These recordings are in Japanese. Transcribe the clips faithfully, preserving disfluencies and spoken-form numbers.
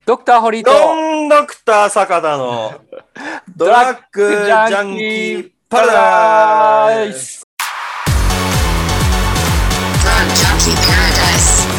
ドクターホリーとドンドクター坂田のドラッグジャンキーパラダイス。 Drug Junkie Paradise.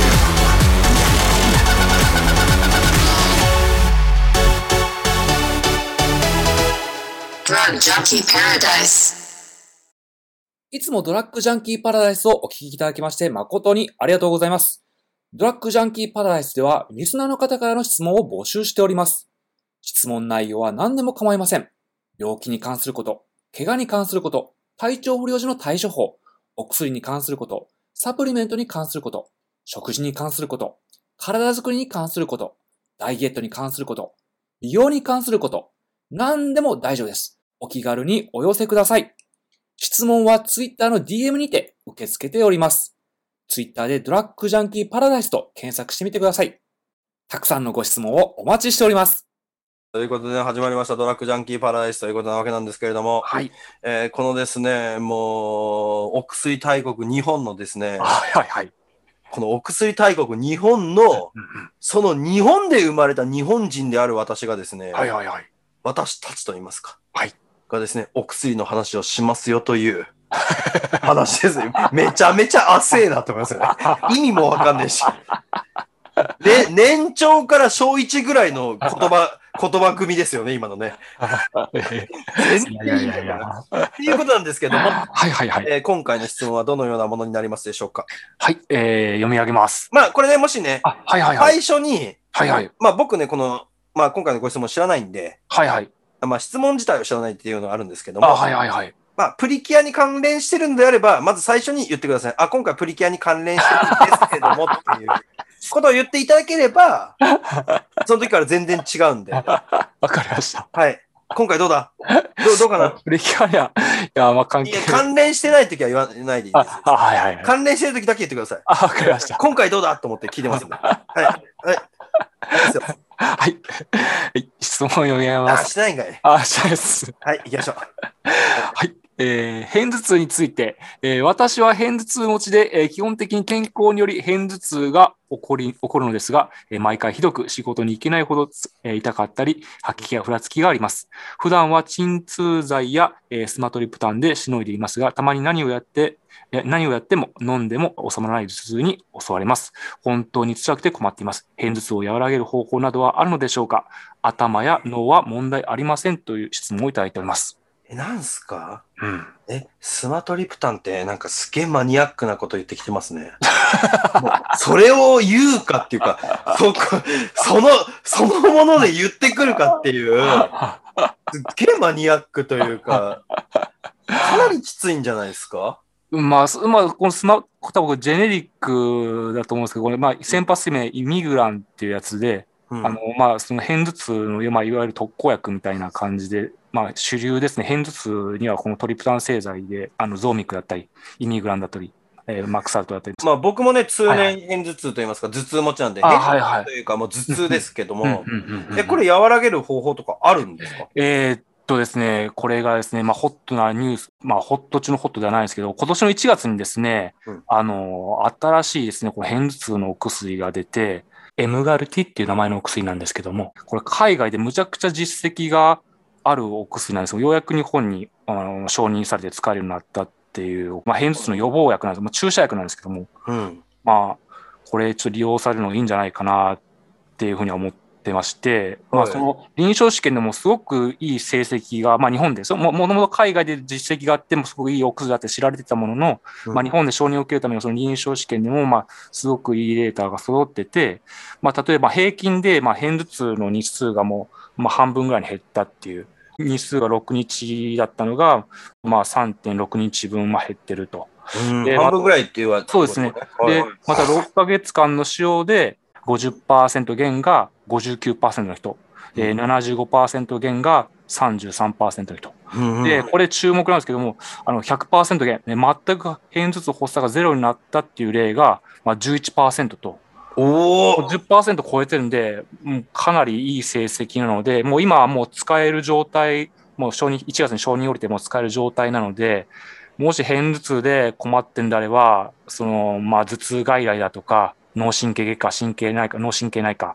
Drug Junkie Paradise. いつもドラッグジャンキーパラダイスをお聞きいただきまして誠にありがとうございます。ドラッグジャンキーパラダイスではリスナーの方からの質問を募集しております。質問内容は何でも構いません。病気に関すること、怪我に関すること、体調不良時の対処法、お薬に関すること、サプリメントに関すること、食事に関すること、体づくりに関すること、ダイエットに関すること、美容に関すること、何でも大丈夫です。お気軽にお寄せください。質問は Twitter の ディーエム にて受け付けております。Twitter でドラッグジャンキーパラダイスと検索してみてください。たくさんのご質問をお待ちしております。 ということで、ね、始まりましたドラッグジャンキーパラダイスということなわけなんですけれども、 はい。 えー、このですね、もう、お薬大国日本のですね、 はいはいはい。 このお薬大国日本の、その日本で生まれた日本人である私がですね、 はいはいはい。 私たちと言いますか、 はい。がですね、お薬の話をしますよという話ですね。めちゃめちゃ浅えなと思いますよね。意味もわかんないし。ね、年長から小いちぐらいの言葉、言葉組ですよね、今のね。全然いいんだな。っていうことなんですけども、 はいはいはい、 えー。今回の質問はどのようなものになりますでしょうか。 はい、えー、読み上げます。 まあ、これね、もしね、 あ、はいはいはい、 最初に、 はいはい、 まあ僕ね、この、まあ今回のご質問知らないんで、 はいはい。 まあ質問自体を知らないっていうのがあるんですけども、 あ、はいはいはい。 まあ、プリキュアに関連してるんであれば、まず最初に言ってください。あ、今回プリキュアに関連してるんですけどもっていうことを言っていただければ、その時から全然違うんで。わかりました。 はい。今回どうだどう、どうかなプリキュアには、いや、まあ関係いや、関連してない時は言わないでいいです。 あ、はいはいはい。 関連してる時だけ言ってください。 あ、わかりました。 今回どうだと思って聞いてますんで。はい。はい。ですよ。 はい。質問を読み上げます。 あ、してないんかい。 あ、してないです。 はい、行きましょう。 はい。えー、片頭痛について、えー、私は片頭痛持ちで、えー、基本的に健康により片頭痛が起こり、起こるのですが、えー、毎回ひどく仕事に行けないほど、えー、痛かったり、吐き気やふらつきがあります。普段は鎮痛剤や、えー、スマトリプタンでしのいでいますが、たまに何をやって、何をやっても飲んでも収まらない頭痛に襲われます。本当に辛くて困っています。片頭痛を和らげる方法などはあるのでしょうか。頭や脳は問題ありませんという質問をいただいております。 え、なんすか、 うん、 え、スマトリプタンってなんかすげえマニアックなこと言ってきてますね。もうそれを言うかっていうか、そこ、その、そのもので言ってくるかっていう、すっげえマニアックというか、かなりきついんじゃないですか。 まあ、まあ、このスマ、多分ジェネリックだと思うんですけど、これ、まあ、先発名、イミグランっていうやつで、うん、あの、まあ、その片頭痛の、まあ、いわゆる特効薬みたいな感じで、まあ、主流ですね。片頭痛にはこのトリプタン製剤で、あの、ゾーミックだったり、イミグランだったり、えー、マクサルトだったり。 まあ、僕もね、通年片頭痛といいますか、頭痛持ちなんで、 片頭痛というか、もう頭痛ですけども、 え、 これ和らげる方法とかあるんですか？ えーとですね、これがですね、まあ、ホットなニュース、まあ、ホット中のホットではないですけど、今年のいちがつにですね、うん、あの、新しいですね、この片頭痛のお薬が出て、エムガルティっていう名前のお薬なんですけども、これ海外でむちゃくちゃ実績があるお薬なんですよ。ようやく日本にあの承認されて使えるようになったっていう、まあ、片頭痛の予防薬なんです。まあ、注射薬なんですけども、うん、まあ、これちょっと利用されるのがいいんじゃないかなっていうふうには思って出まして、まあ、その臨床試験でもすごくいい成績が、まあ、日本で、もともと海外で実績があってもすごくいいお薬だって知られてたものの、うん、まあ、日本で承認を受けるためのその臨床試験でも、まあ、すごくいいデータが揃ってて、まあ、例えば平均で、まあ、片頭痛の日数がもう、まあ、半分ぐらいに減ったっていう、日数がろくにちだったのが、まあ、さんてんろくにちぶんまあ減ってると。 で半分ぐらいっていうは、 そうですね。で、またろっかげつかんの使用で、ごじゅっパーセント 減が ごじゅうきゅうパーセント の人、うん、ななじゅうごパーセント 減が さんじゅうさんパーセント の人、うん、でこれ注目なんですけども、あの ひゃくパーセント 減、ね、全く片頭痛発作がゼロになったっていう例が、まあ、じゅういちパーセント と、お じゅっパーセント 超えてるんで、もうかなりいい成績なので、もう今はもう使える状態、もう承認いちがつに承認降りても使える状態なので、もし片頭痛で困ってんであれば、そのまあ頭痛外来だとか、脳神経外科、神経内科、脳神経内科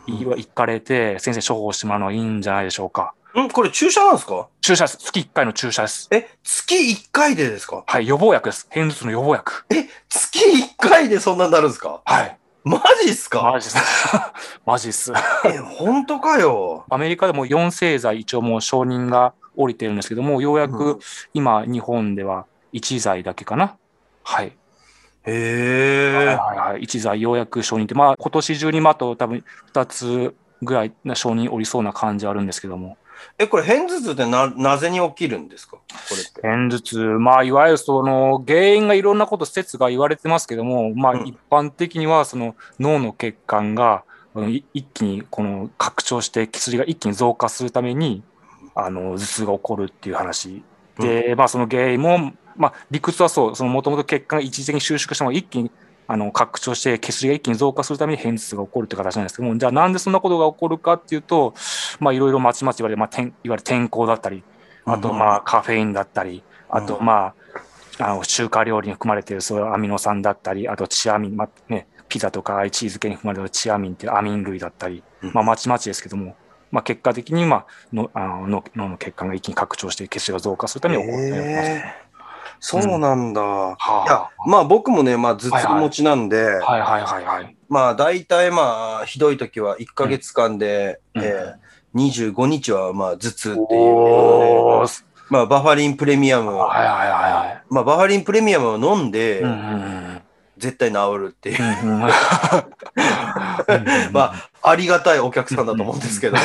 行かれて、先生処方してもらうのがいいんじゃないでしょうか。 んこれ注射なんですか？ 注射です。月いっかいの注射です。 え、月いっかいでですか？ はい、予防薬です。片頭痛の予防薬。 え、月いっかいでそんなになるんですか？ はい。 マジっすか？ マジっす。マジっす。 え、本当かよ。 アメリカでもよん製剤一応もう承認が降りてるんですけども、ようやうんく今日本ではいち剤だけかな。はい。 へえ。 はいはいはい。いち剤ようやく承認って、まあ今年中にまああと多分ふたつぐらいな承認降りそうな感じはあるんですけども。 え、これ、片頭痛ってな、なぜに起きるんですか？これって。 片頭痛、まあいわゆるその原因がいろんなこと説が言われてますけども、まあうん一般的にはその脳の血管がうんい一気にこの拡張して薬が一気に増加するためにあの頭痛が起こるっていう話で、まあその原因も、まあ理屈はそう、そのもともと血管が一時的に収縮したものが一気にあの拡張して血が一気に増加するために片頭痛が起こるって形なんですけども、じゃあなんでそんなことが起こるかっていうと、まあいろいろまちまち言われて、まあ、天いわゆる天候だったり、あとまあカフェインだったり、あとまあ、あの中華料理に含まれているそういうアミノ酸だったり、あとチアミン、まあね、ピザとかチーズ系に含まれるチアミンっていうアミン類だったり、まあまちまちですけども、まあ結果的にまあのあの脳の血管が一気に拡張して血が増加するために起こるというます。 そうなんだ。 はあいや、まあ僕もね、まあ頭痛持ちなんで、 はいはいはいはい。 まあ大体まあひどい時はいっかげつかんで、 うんえーにじゅうごにちはまあ頭痛っていうおーことで、まあバファリンプレミアム、 はいはいはいはい。 まあバファリンプレミアムを飲んで、 うんうんうん絶対治るっていう、 うんうんまあありがたいお客さんだと思うんですけど、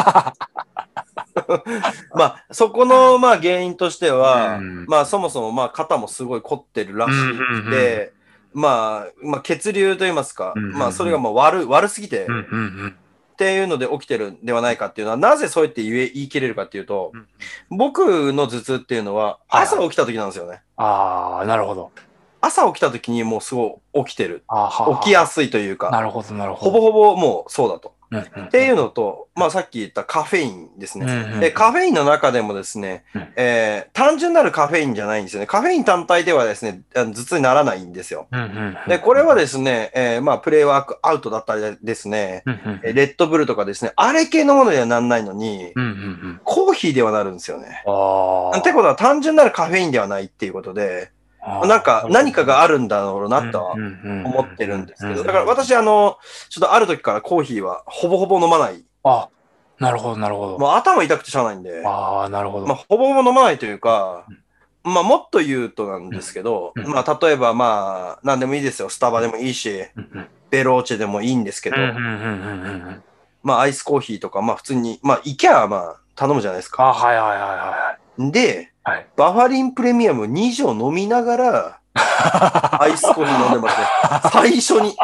まあそこのまあ原因としては、 うんまあそもそもまあ肩もすごい凝ってるらしくて、まあ、まあ血流といいますか、 うんまあそれがまあ悪悪すぎて、 うんうんうんっていうので起きてるんではないかっていうのは、なぜそうやって言え言い切れるかっていうと、僕の頭痛っていうのは朝起きた時なんですよね。 ああ、なるほど。 朝起きた時にもうすごい起きてる。 あーはは起きやすいというか、 なるほどなるほほど。 ぼほぼもうそうだと。 うんうんっていうのと、まあさっき言ったカフェインですね。 うんうんで、カフェインの中でもですね、 うんえー単純なるカフェインじゃないんですよね。カフェイン単体ではですね、あの頭痛にならないんですよ。 うんうんうんで、これはですね、えーまあプレイワークアウトだったりですね、 うんうんえーレッドブルとかですね、あれ系のものにはなんないのに、 うんうんうんコーヒーではなるんですよね。 ああ。 ってことは単純なるカフェインではないっていうことで、なんか何かがあるんだろうなとは思ってるんですけど、だから私あの、ちょっとある時からコーヒーはほぼほぼ飲まない。 あ、なるほどなるほど。 もう頭痛くてしゃあないんで、 ああ、なるほど。 まあほぼほぼ飲まないというか、まあもっと言うとなんですけど、 うんまあ例えばまあ何でもいいですよ。スタバでもいいし、 うんうんベローチェでもいいんですけど、 うんうんうんうんうんまあアイスコーヒーとか、まあ普通に、まあ行けばまあ頼むじゃないですか。 あ、はいはいはいはで、 いはい。 バファリンプレミアムに錠飲みながら、アイスコーヒー飲んでますね。最初に。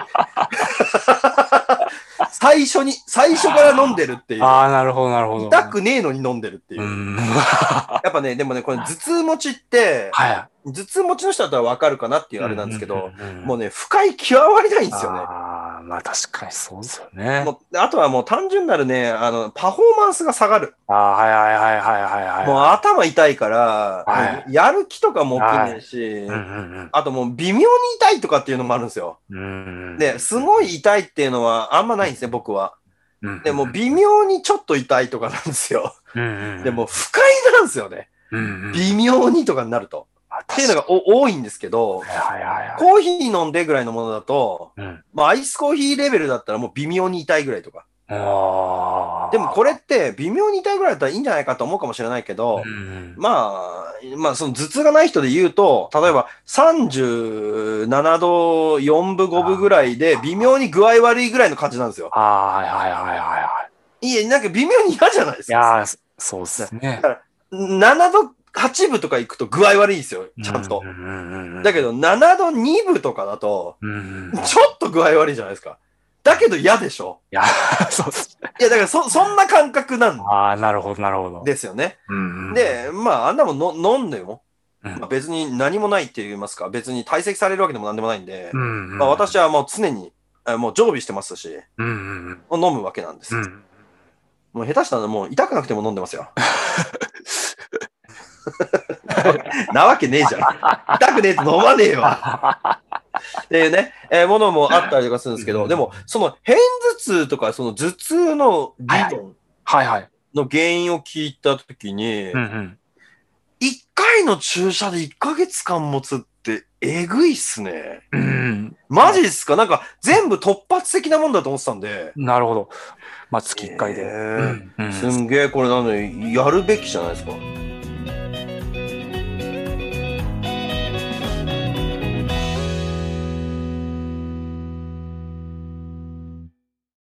最初に、最初から飲んでるっていう。 ああ、なるほどなるほど。 痛くねえのに飲んでるっていうう。 ん。 やっぱね、でもね、これ頭痛持ちって、 はい。 頭痛持ちの人だったらわかるかなっていうあれなんですけど、もうね、 ね、深い極まりないんですよね。 ああ、まあ確かにそうですよね。 もうあとはもう単純なるね、あの、パフォーマンスが下がる。 ああ、はいはいはいはいはいはい。 もう頭痛いから、 はやる気とかも起きねえし、 うんうんあともう微妙に痛いとかっていうのもあるんですよ。 うん。うん。 で、すごい痛いっていうのはあんまないんですね、僕は。 うん、 でも微妙にちょっと痛いとかなんですよ。 うんうん、 でも不快なんですよね。 うんうん、 微妙にとかになると。っていうのがお多いんですけど、 はいはいはいはい、 コーヒー飲んでぐらいのものだと、 うん、 まあアイスコーヒーレベルだったらもう微妙に痛いぐらいとか。 あでもこれって微妙に痛いぐらいだったらいいんじゃないかと思うかもしれないけど、 うんうん、 まあ、まあその頭痛がない人で言うと、例えばさんじゅうななどよんぶごぶぐらいで微妙に具合悪いぐらいの感じなんですよ。 ああ、はいはいはいはいはい。 いえ、なんか微妙に嫌じゃないですか。 いやー、そうですね。 だからななどはちぶとか行くと具合悪いんですよ、ちゃんと。だけどななどにぶとかだと、ちょっと具合悪いじゃないですか。だけど嫌でしょ。 いや、そうっす。 いや、だからそ、そんな感覚なんああ、なるほど、なるほど。 ですよね。 うんうん、 で、まあ、あんなもんの飲んでも、 うんまあ、別に何もないって言いますか、別に堆積されるわけでも何でもないんで、 うんうん、 まあ、私はもう常に、もう常備してますし、 うんうん、 飲むわけなんです。うん、もう下手したらもう痛くなくても飲んでますよ。なわけねえじゃん。痛くねえと飲まねえわ。 っていうね、えーものもあったりとかするんですけど、でも、その片頭痛とか、その頭痛の理論はいはい。 の原因を聞いたときに、 うんうん。 いっかいの注射でいっかげつかん持つってえぐいっすね。 うん。 マジっすか？なんか全部突発的なもんだと思ってたんで。 なるほど。まあ、月いっかいで。 えうんうんーすんげえ、これなのに、やるべきじゃないですか。